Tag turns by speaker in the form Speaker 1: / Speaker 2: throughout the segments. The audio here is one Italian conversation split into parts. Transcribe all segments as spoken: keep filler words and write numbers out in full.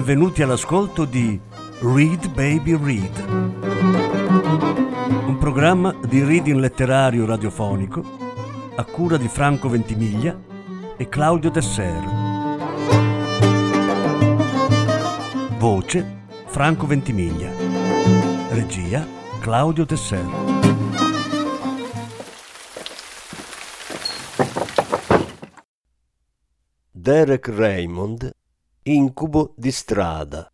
Speaker 1: benvenuti all'ascolto di Read Baby Read, un programma di reading letterario radiofonico a cura di Franco Ventimiglia e Claudio Desser. Voce Franco Ventimiglia. Regia Claudio Desser.
Speaker 2: Derek Raymond, Incubo di strada.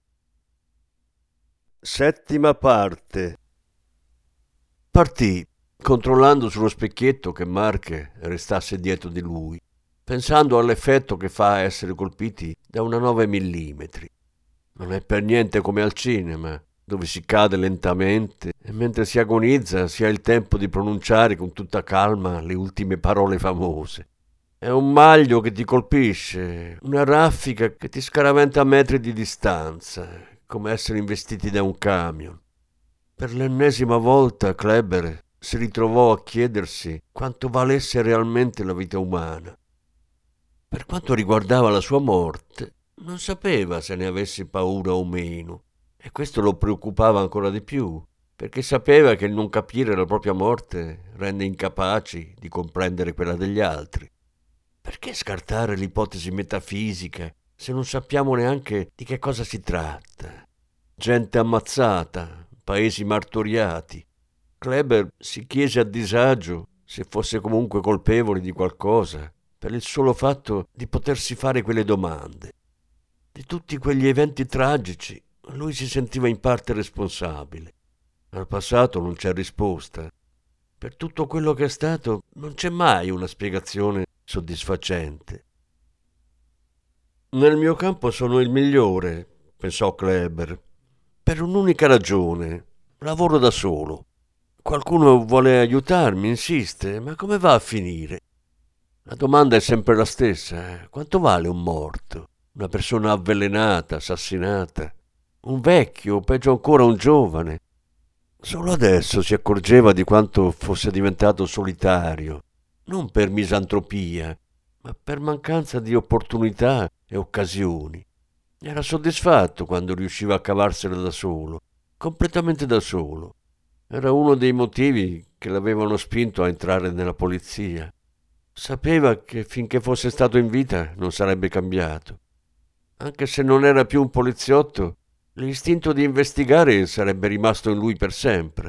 Speaker 2: Settima parte. Partì, controllando sullo specchietto che Mark restasse dietro di lui, pensando all'effetto che fa essere colpiti da una nove millimetri. Non è per niente come al cinema, dove si cade lentamente e mentre si agonizza si ha il tempo di pronunciare con tutta calma le ultime parole famose. È un maglio che ti colpisce, una raffica che ti scaraventa a metri di distanza, come essere investiti da un camion. Per l'ennesima volta Kleber si ritrovò a chiedersi quanto valesse realmente la vita umana. Per quanto riguardava la sua morte, non sapeva se ne avesse paura o meno, e questo lo preoccupava ancora di più, perché sapeva che il non capire la propria morte rende incapaci di comprendere quella degli altri. Perché scartare l'ipotesi metafisica se non sappiamo neanche di che cosa si tratta? Gente ammazzata, paesi martoriati. Kleber si chiese a disagio se fosse comunque colpevole di qualcosa per il solo fatto di potersi fare quelle domande. Di tutti quegli eventi tragici lui si sentiva in parte responsabile. Al passato non c'è risposta. Per tutto quello che è stato non c'è mai una spiegazione soddisfacente. Nel mio campo sono il migliore, pensò Kleber, per un'unica ragione: lavoro da solo. Qualcuno vuole aiutarmi, insiste, ma come va a finire? La domanda è sempre la stessa: eh? Quanto vale un morto? Una persona avvelenata, assassinata? Un vecchio, o peggio ancora un giovane? Solo adesso si accorgeva di quanto fosse diventato solitario, non per misantropia, ma per mancanza di opportunità e occasioni. Era soddisfatto quando riusciva a cavarsela da solo, completamente da solo. Era uno dei motivi che l'avevano spinto a entrare nella polizia. Sapeva che finché fosse stato in vita non sarebbe cambiato. Anche se non era più un poliziotto, l'istinto di investigare sarebbe rimasto in lui per sempre.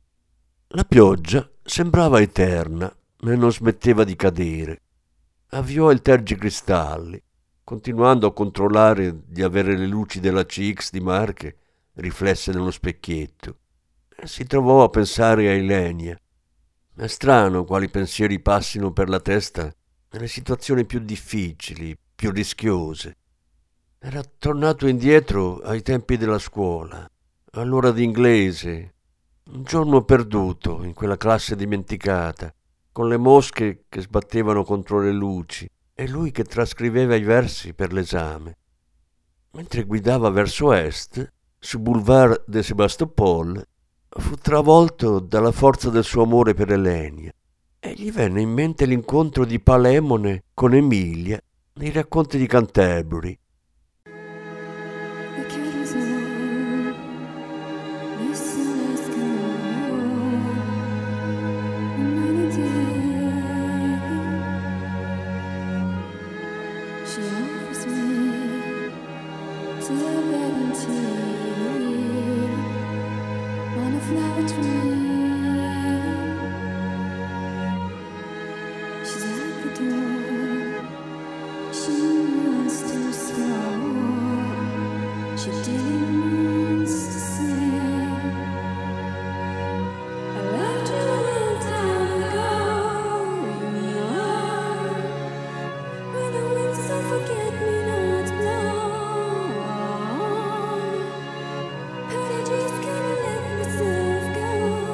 Speaker 2: La pioggia sembrava eterna e non smetteva di cadere. Avviò il tergicristalli, continuando a controllare di avere le luci della C X di Mark riflesse nello specchietto. E si trovò a pensare a Ilenia. È strano quali pensieri passino per la testa nelle situazioni più difficili, più rischiose. Era tornato indietro ai tempi della scuola, all'ora di inglese, un giorno perduto in quella classe dimenticata, con le mosche che sbattevano contro le luci e lui che trascriveva i versi per l'esame. Mentre guidava verso est, su Boulevard de Sébastopol, fu travolto dalla forza del suo amore per Elenia e gli venne in mente l'incontro di Palemone con Emilia nei racconti di Canterbury.
Speaker 3: Just gonna let myself go.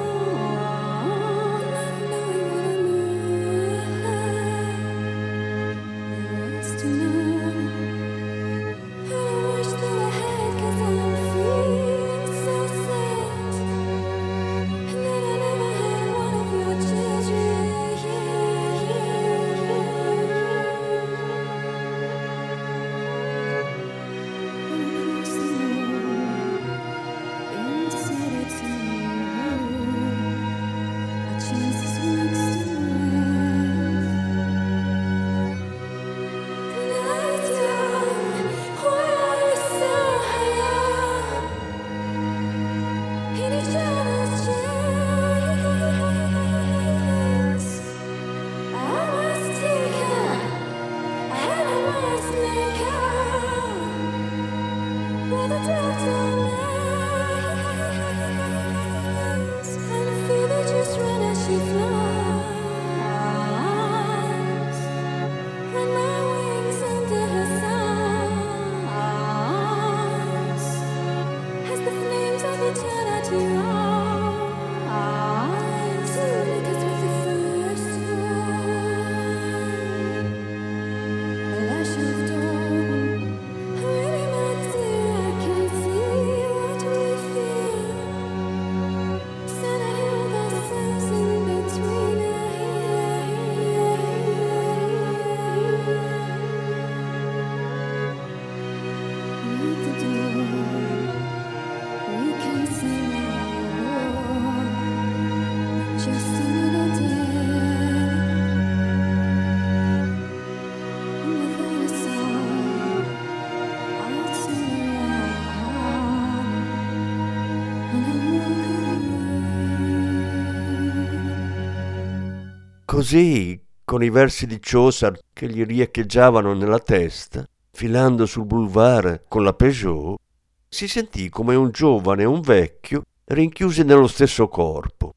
Speaker 2: Così, con i versi di Chaucer che gli riecheggiavano nella testa, filando sul boulevard con la Peugeot, si sentì come un giovane e un vecchio rinchiusi nello stesso corpo.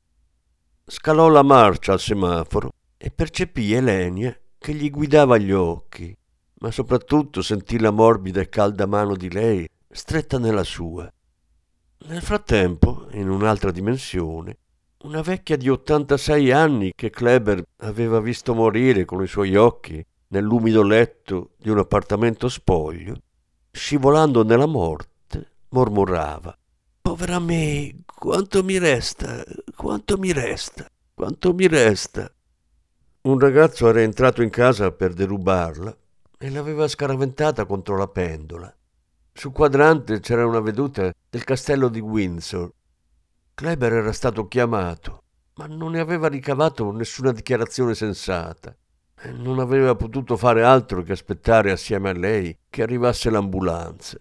Speaker 2: Scalò la marcia al semaforo e percepì Elenia che gli guidava gli occhi, ma soprattutto sentì la morbida e calda mano di lei stretta nella sua. Nel frattempo, in un'altra dimensione, una vecchia di ottantasei anni che Kleber aveva visto morire con i suoi occhi nell'umido letto di un appartamento spoglio, scivolando nella morte, mormorava: «Povera me, quanto mi resta, quanto mi resta, quanto mi resta». Un ragazzo era entrato in casa per derubarla e l'aveva scaraventata contro la pendola. Sul quadrante c'era una veduta del castello di Windsor. Kleber era stato chiamato, ma non ne aveva ricavato nessuna dichiarazione sensata e non aveva potuto fare altro che aspettare assieme a lei che arrivasse l'ambulanza.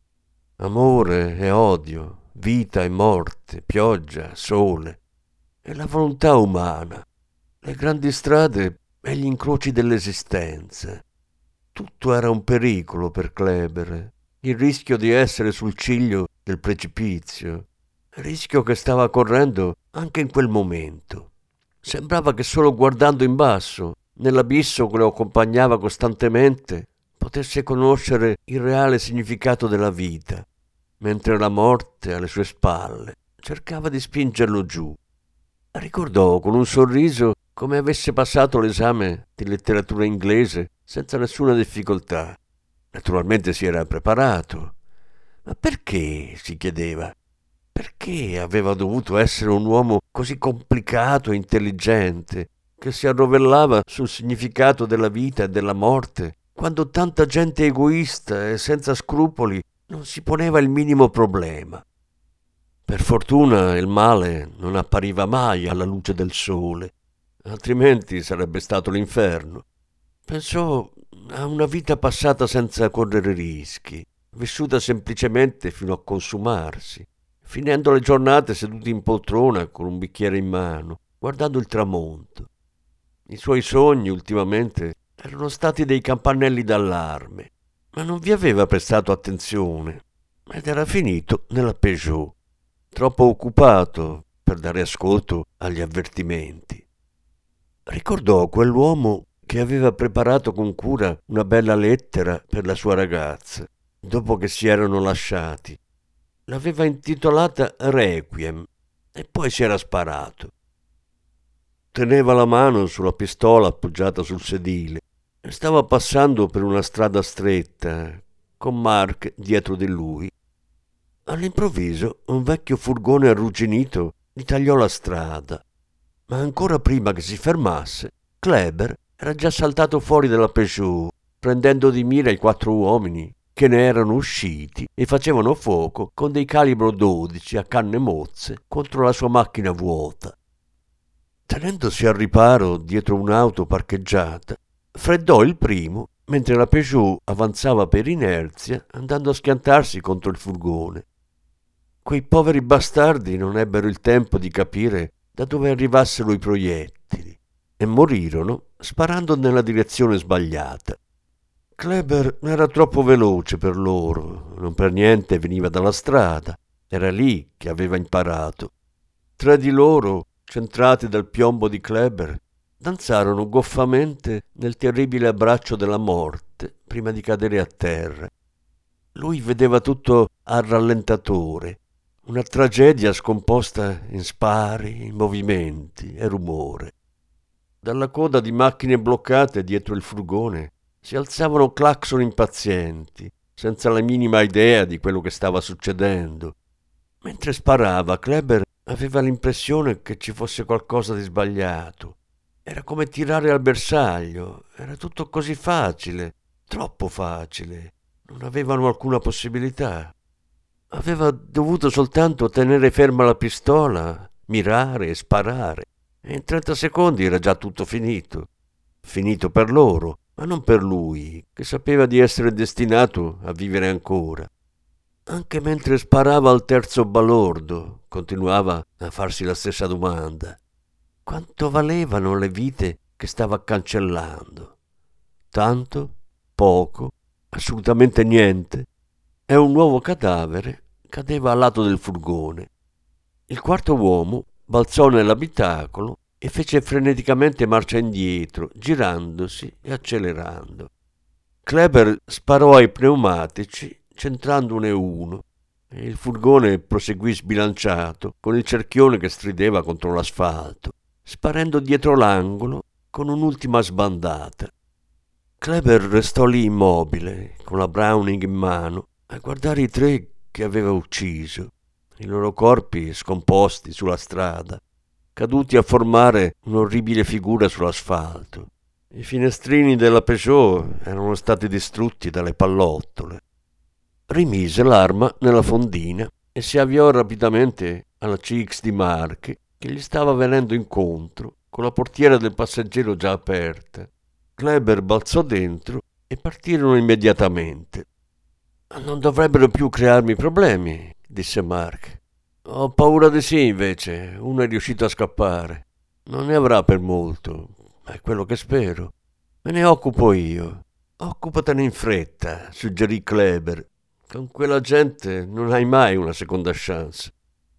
Speaker 2: Amore e odio, vita e morte, pioggia, sole e la volontà umana, le grandi strade e gli incroci dell'esistenza. Tutto era un pericolo per Kleber, il rischio di essere sul ciglio del precipizio, rischio che stava correndo anche in quel momento. Sembrava che solo guardando in basso, nell'abisso che lo accompagnava costantemente, potesse conoscere il reale significato della vita, mentre la morte alle sue spalle cercava di spingerlo giù. Ricordò con un sorriso come avesse passato l'esame di letteratura inglese senza nessuna difficoltà. Naturalmente si era preparato. Ma perché, si chiedeva, perché aveva dovuto essere un uomo così complicato e intelligente, che si arrovellava sul significato della vita e della morte, quando tanta gente egoista e senza scrupoli non si poneva il minimo problema? Per fortuna il male non appariva mai alla luce del sole, altrimenti sarebbe stato l'inferno. Pensò a una vita passata senza correre rischi, vissuta semplicemente fino a consumarsi, finendo le giornate seduti in poltrona con un bicchiere in mano, guardando il tramonto. I suoi sogni ultimamente erano stati dei campanelli d'allarme, ma non vi aveva prestato attenzione ed era finito nella Peugeot, troppo occupato per dare ascolto agli avvertimenti. Ricordò quell'uomo che aveva preparato con cura una bella lettera per la sua ragazza, dopo che si erano lasciati. L'aveva intitolata Requiem e poi si era sparato. Teneva la mano sulla pistola appoggiata sul sedile e stava passando per una strada stretta, con Mark dietro di lui. All'improvviso un vecchio furgone arrugginito gli tagliò la strada, ma ancora prima che si fermasse, Kleber era già saltato fuori dalla Peugeot, prendendo di mira i quattro uomini che ne erano usciti e facevano fuoco con dei calibro dodici a canne mozze contro la sua macchina vuota. Tenendosi al riparo dietro un'auto parcheggiata, freddò il primo mentre la Peugeot avanzava per inerzia andando a schiantarsi contro il furgone. quei poveri bastardi non ebbero il tempo di capire da dove arrivassero i proiettili e morirono sparando nella direzione sbagliata. Kleber era troppo veloce per loro, non per niente veniva dalla strada, era lì che aveva imparato. Tre di loro, centrati dal piombo di Kleber, danzarono goffamente nel terribile abbraccio della morte prima di cadere a terra. Lui vedeva tutto al rallentatore, una tragedia scomposta in spari, movimenti e rumore. Dalla coda di macchine bloccate dietro il furgone si alzavano clacson impazienti, senza la minima idea di quello che stava succedendo. Mentre sparava, Kleber aveva l'impressione che ci fosse qualcosa di sbagliato. Era come tirare al bersaglio, era tutto così facile, troppo facile. Non avevano alcuna possibilità. Aveva dovuto soltanto tenere ferma la pistola, mirare e sparare. E in trenta secondi era già tutto finito. Finito per loro, ma non per lui, che sapeva di essere destinato a vivere ancora. Anche mentre sparava al terzo balordo, continuava a farsi la stessa domanda. Quanto valevano le vite che stava cancellando? Tanto? Poco? Assolutamente niente? E un nuovo cadavere cadeva al lato del furgone. Il quarto uomo balzò nell'abitacolo e fece freneticamente marcia indietro, girandosi e accelerando. Kleber sparò ai pneumatici, centrandone uno, e il furgone proseguì sbilanciato, con il cerchione che strideva contro l'asfalto, sparendo dietro l'angolo con un'ultima sbandata. Kleber restò lì immobile, con la Browning in mano, a guardare i tre che aveva ucciso, i loro corpi scomposti sulla strada, caduti a formare un'orribile figura sull'asfalto. I finestrini della Peugeot erano stati distrutti dalle pallottole. Rimise l'arma nella fondina e si avviò rapidamente alla C X di Mark, che gli stava venendo incontro, con la portiera del passeggero già aperta. Kleber balzò dentro e partirono immediatamente. «Non dovrebbero più crearmi problemi», disse Mark. «Ho paura di sì, invece. Uno è riuscito a scappare. Non ne avrà per molto, è quello che spero. Me ne occupo io». «Occupatene in fretta», suggerì Kleber. «Con quella gente non hai mai una seconda chance».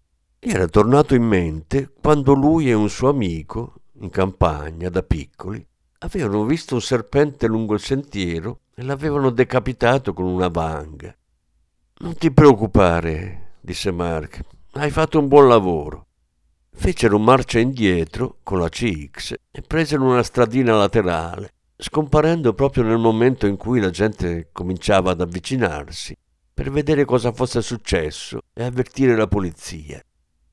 Speaker 2: Era tornato in mente quando lui e un suo amico, in campagna da piccoli, avevano visto un serpente lungo il sentiero e l'avevano decapitato con una vanga. «Non ti preoccupare», disse Mark, «hai fatto un buon lavoro». Fecero marcia indietro con la C X e presero una stradina laterale, scomparendo proprio nel momento in cui la gente cominciava ad avvicinarsi per vedere cosa fosse successo e avvertire la polizia.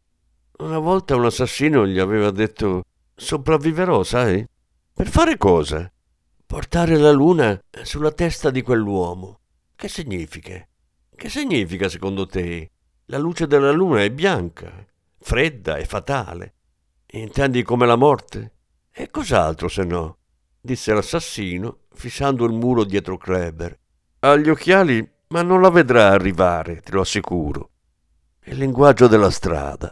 Speaker 2: Una volta un assassino gli aveva detto: «Sopravviverò, sai?» «Per fare cosa?» «Portare la luna sulla testa di quell'uomo». «Che significa?» «Che significa secondo te? La luce della luna è bianca, fredda e fatale. Intendi come la morte?» «E cos'altro se no?» disse l'assassino, fissando il muro dietro Kleber. «Ha gli occhiali, ma non la vedrà arrivare, te lo assicuro. Il linguaggio della strada».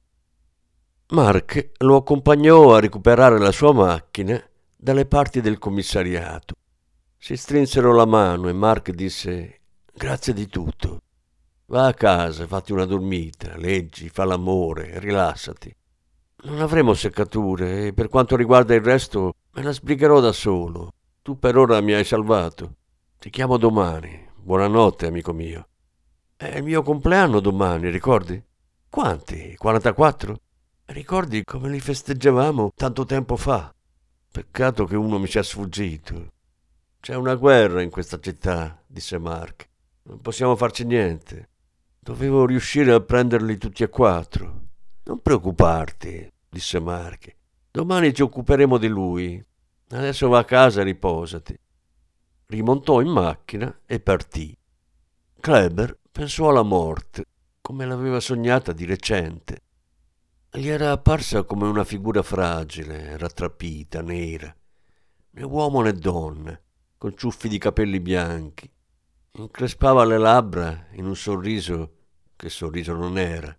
Speaker 2: Mark lo accompagnò a recuperare la sua macchina dalle parti del commissariato. Si strinsero la mano e Mark disse: «Grazie di tutto. Va a casa, fatti una dormita, leggi, fa l'amore, rilassati. Non avremo seccature e per quanto riguarda il resto me la sbrigherò da solo. Tu per ora mi hai salvato. Ti chiamo domani. Buonanotte, amico mio». «È il mio compleanno domani, ricordi?» «Quanti? quarantaquattro? Ricordi come li festeggiavamo tanto tempo fa? Peccato che uno mi sia sfuggito». «C'è una guerra in questa città», disse Mark. «Non possiamo farci niente. Dovevo riuscire a prenderli tutti e quattro». «Non preoccuparti», disse Mark. «Domani ci occuperemo di lui. Adesso va a casa e riposati». Rimontò in macchina e partì. Kleber pensò alla morte, come l'aveva sognata di recente. Gli era apparsa come una figura fragile, rattrapita, nera, né uomo né donna, con ciuffi di capelli bianchi. Increspava le labbra in un sorriso che sorriso non era.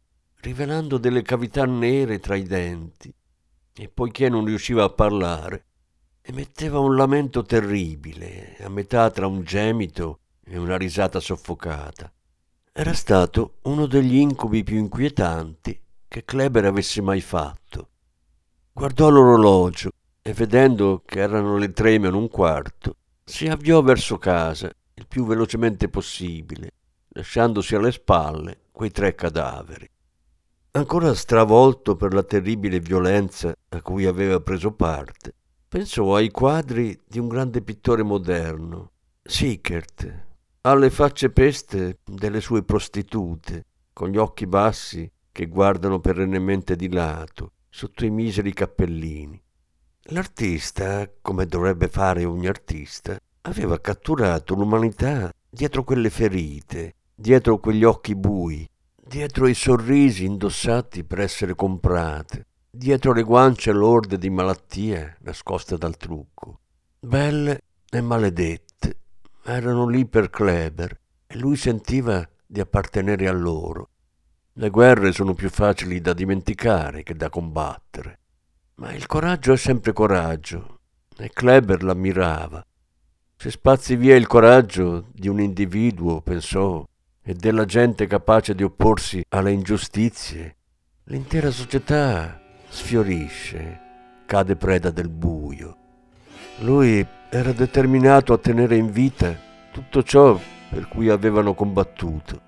Speaker 2: rivelando delle cavità nere tra i denti, e poiché non riusciva a parlare, emetteva un lamento terribile, a metà tra un gemito e una risata soffocata. Era stato uno degli incubi più inquietanti che Kleber avesse mai fatto. Guardò l'orologio e, vedendo che erano le tre meno un quarto, si avviò verso casa il più velocemente possibile, lasciandosi alle spalle quei tre cadaveri. Ancora stravolto per la terribile violenza a cui aveva preso parte, pensò ai quadri di un grande pittore moderno, Sickert, alle facce peste delle sue prostitute, con gli occhi bassi che guardano perennemente di lato, sotto i miseri cappellini. L'artista, come dovrebbe fare ogni artista, aveva catturato l'umanità dietro quelle ferite, dietro quegli occhi bui, dietro i sorrisi indossati per essere comprate, dietro le guance lorde di malattia nascoste dal trucco. Belle e maledette erano lì per Kleber e lui sentiva di appartenere a loro. Le guerre sono più facili da dimenticare che da combattere, ma il coraggio è sempre coraggio e Kleber l'ammirava. Se spazi via il coraggio di un individuo, pensò, e della gente capace di opporsi alle ingiustizie, l'intera società sfiorisce, cade preda del buio. Lui era determinato a tenere in vita tutto ciò per cui avevano combattuto.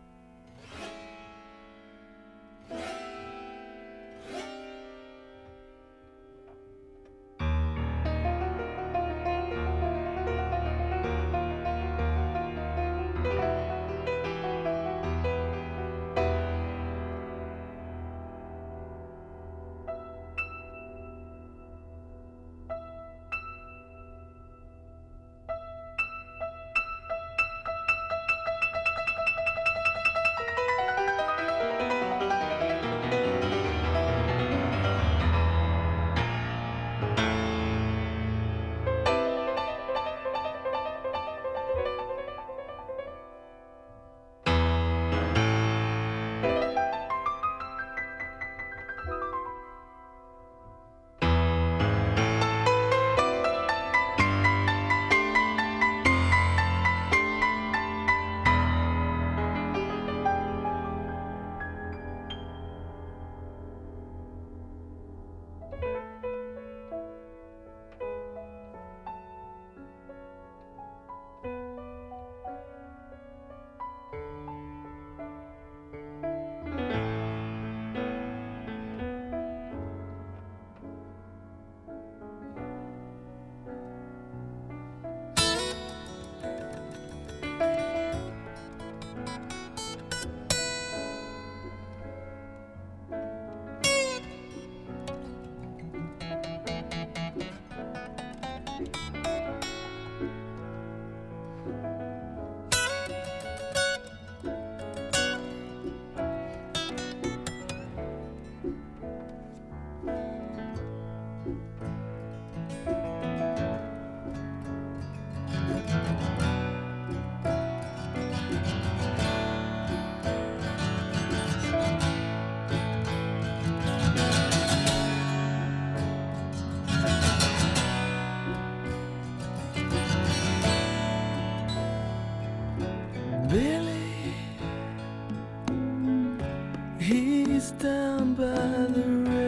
Speaker 3: He's down by the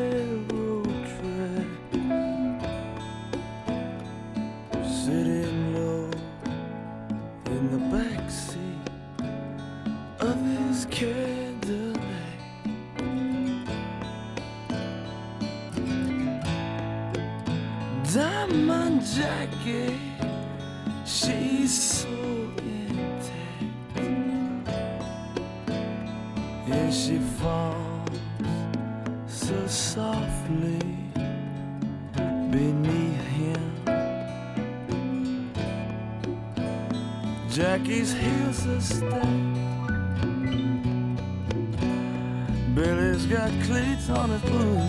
Speaker 3: railroad track, sitting low in the back seat of his Cadillac. Diamond jacket, she's so intact, and she falls so softly beneath him. Jackie's heels are stacked, Billy's got cleats on his boots.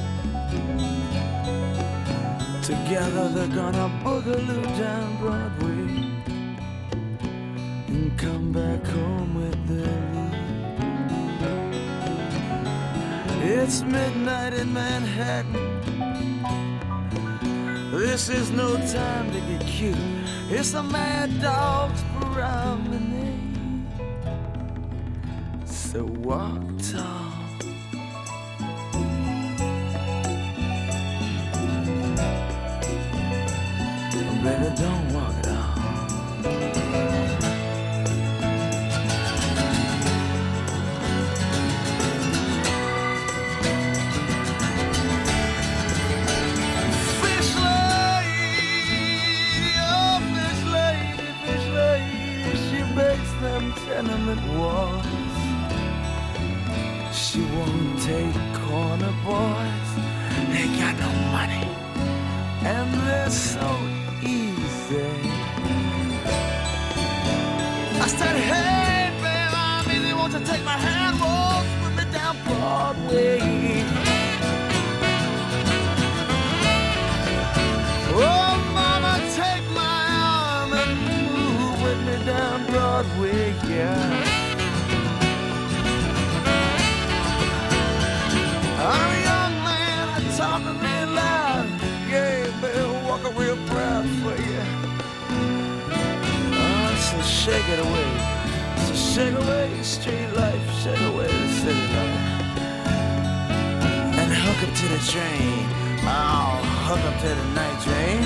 Speaker 3: Together they're gonna boogaloo down Broadway and come back home with their loot. It's midnight in Manhattan. This is no time to get cute. It's a mad dog's promenade. So walk tall. Baby, don't walk at all. Fish lady, oh fish lady, fish lady, she bakes them tenement walls. She won't take corner boys. They got no money, and they're so easy. I said, hey, babe, I'm easy. Won't you take my hand, walk with me down Broadway? Oh, mama, take my arm and move with me down Broadway, yeah. I'm a young man, I'm talking real loud. Yeah, baby, walking real proud for you. Oh, so shake it away. So shake away street life, shake away the city life. And hook up to the train. Oh, hook up to the night train.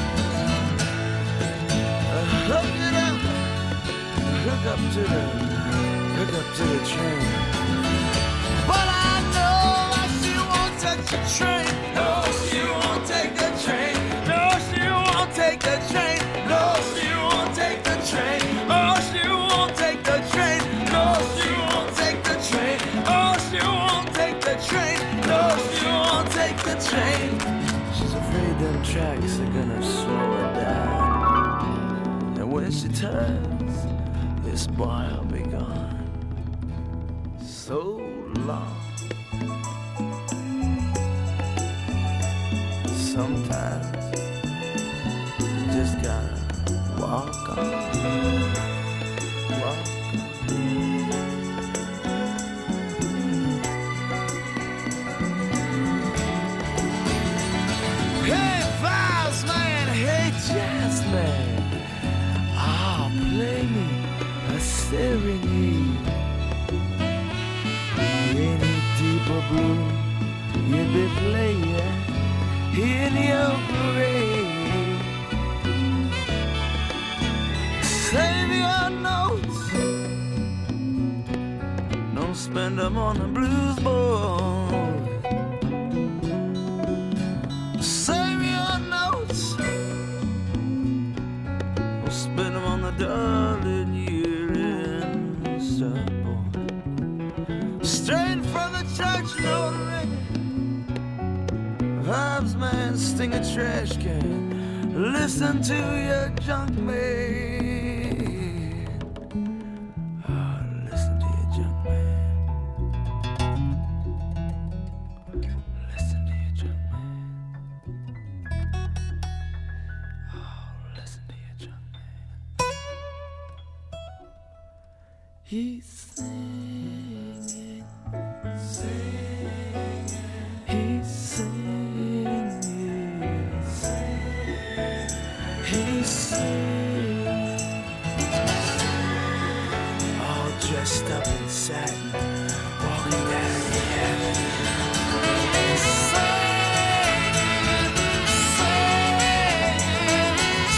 Speaker 3: Uh, hook it up. Hook up to the, hook up to the train. But I know she won't touch the train. No, she won't take the train. No, she won't take the train. No, she won't take the train. Oh, she won't take the train. No, she won't take the train. Oh, she won't take the train. No, she won't take the train. She's afraid them tracks are gonna slow her down. And when she turns, this boy will be gone. So long. Sometimes you just gotta walk on, walk on. Hey, Vibes Man, hey, Jazz Man, ah, play me a serenade. Any deeper blue you'd be playing in your parade. Save your notes, don't spend them on the blues board. Save your notes, don't spend them on the darling year-end supboard. Straight from the church notary, Vibes Man, sting a trash can. Listen to your junk man. Oh, listen to your junk man. Listen to your junk man. Oh, listen to your junk man. He's singing, singing. He's singing. He's singing, all dressed up in satin, walking down the alley. Singing, singing,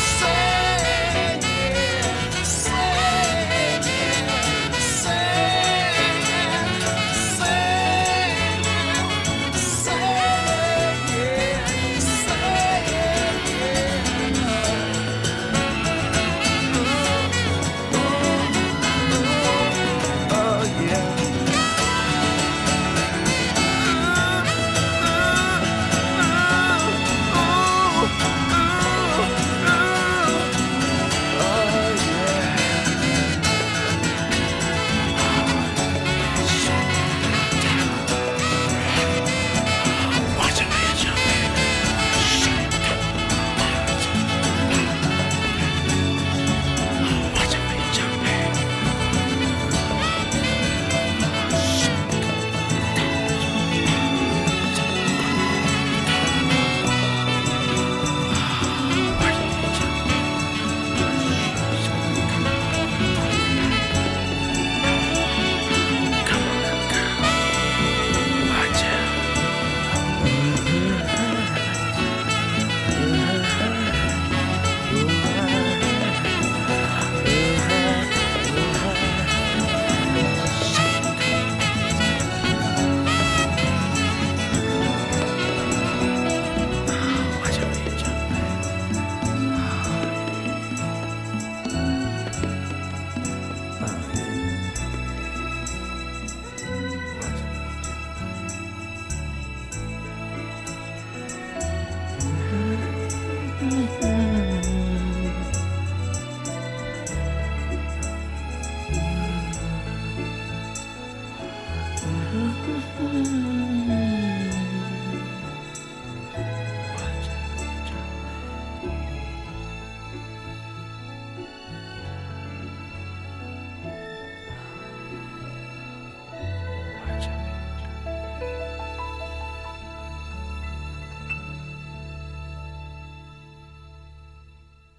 Speaker 3: singing, singing, singing.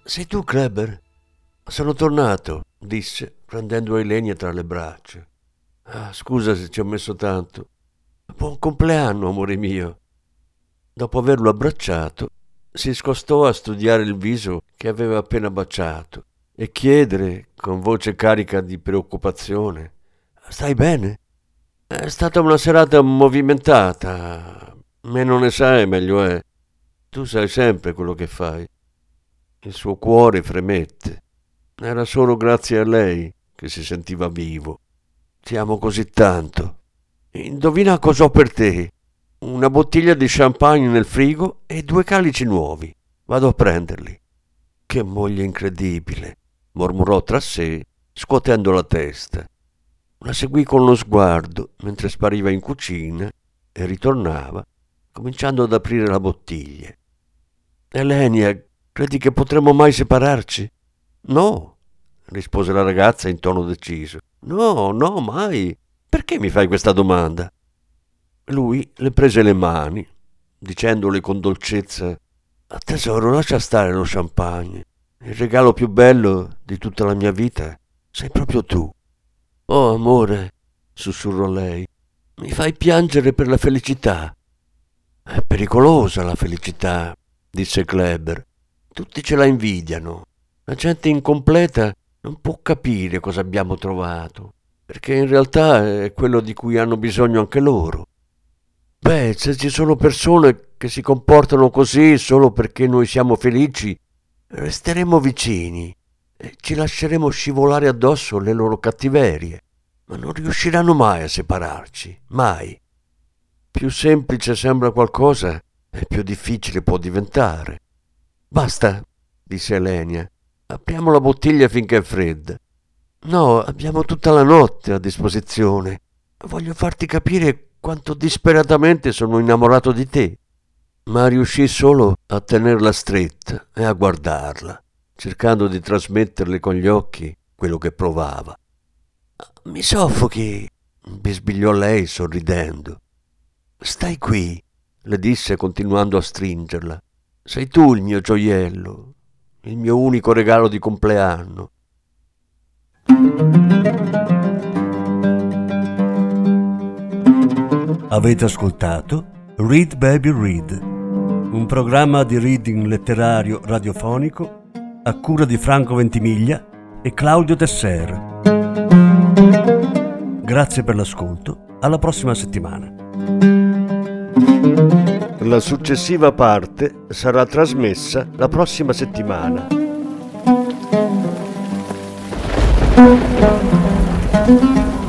Speaker 2: Sei tu, Kleber? Sono tornato, disse, prendendo Ilenia tra le braccia. Ah, scusa se ci ho messo tanto. Buon compleanno, amore mio. Dopo averlo abbracciato, si scostò a studiare il viso che aveva appena baciato e chiedere, con voce carica di preoccupazione: stai bene? È stata una serata movimentata. Meno ne sai, meglio è. Tu sai sempre quello che fai. Il suo cuore fremette. Era solo grazie a lei che si sentiva vivo. Ti amo così tanto. Indovina cosa ho per te. Una bottiglia di champagne nel frigo e due calici nuovi. Vado a prenderli. Che moglie incredibile, mormorò tra sé, scuotendo la testa. La seguì con lo sguardo mentre spariva in cucina e ritornava, cominciando ad aprire la bottiglia. Ilenia, credi che potremmo mai separarci? No, rispose la ragazza in tono deciso. No, no, mai. Perché mi fai questa domanda? Lui le prese le mani, dicendole con dolcezza: tesoro, lascia stare lo champagne. Il regalo più bello di tutta la mia vita sei proprio tu. Oh, amore, sussurrò lei, mi fai piangere per la felicità. È pericolosa la felicità, disse Kleber. Tutti ce la invidiano. La gente incompleta non può capire cosa abbiamo trovato, perché in realtà è quello di cui hanno bisogno anche loro. Beh, se ci sono persone che si comportano così solo perché noi siamo felici, resteremo vicini e ci lasceremo scivolare addosso le loro cattiverie, ma non riusciranno mai a separarci, mai. Più semplice sembra qualcosa e più difficile può diventare. Basta, disse Ilenia, apriamo la bottiglia finché è fredda. No, abbiamo tutta la notte a disposizione. Voglio farti capire quanto disperatamente sono innamorato di te. Ma riuscì solo a tenerla stretta e a guardarla, cercando di trasmetterle con gli occhi quello che provava. Mi soffochi, bisbigliò lei sorridendo. Stai qui, le disse continuando a stringerla. Sei tu il mio gioiello, il mio unico regalo di compleanno.
Speaker 1: Avete ascoltato Read Baby Read, un programma di reading letterario radiofonico a cura di Franco Ventimiglia e Claudio Tesser. Grazie per l'ascolto, alla prossima settimana.
Speaker 2: La successiva parte sarà trasmessa la prossima settimana.